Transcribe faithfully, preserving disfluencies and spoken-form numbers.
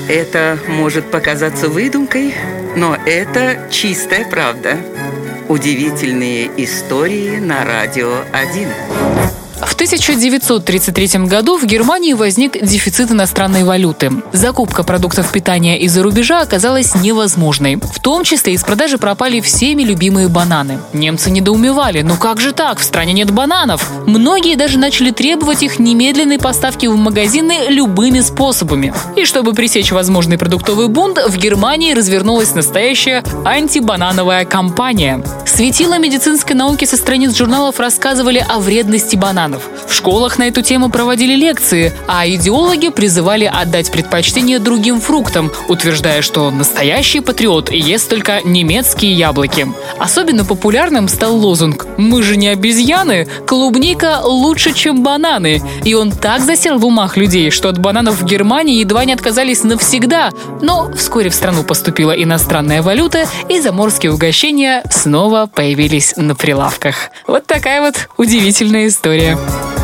Это может показаться выдумкой, но это чистая правда. Удивительные истории на Радио один. В тысяча девятьсот тридцать третьем году в Германии возник дефицит иностранной валюты. Закупка продуктов питания из-за рубежа оказалась невозможной. В том числе из продажи пропали всеми любимые бананы. Немцы недоумевали: ну как же так, в стране нет бананов? Многие даже начали требовать их немедленной поставки в магазины любыми способами. И чтобы пресечь возможный продуктовый бунт, в Германии развернулась настоящая антибанановая кампания. Светила медицинской науки со страниц журналов рассказывали о вредности бананов. В школах на эту тему проводили лекции, а идеологи призывали отдать предпочтение другим фруктам, утверждая, что настоящий патриот ест только немецкие яблоки. Особенно популярным стал лозунг «Мы же не обезьяны, клубника лучше, чем бананы». И он так засел в умах людей, что от бананов в Германии едва не отказались навсегда. Но вскоре в страну поступила иностранная валюта, и заморские угощения снова появились на прилавках. Вот такая вот удивительная история.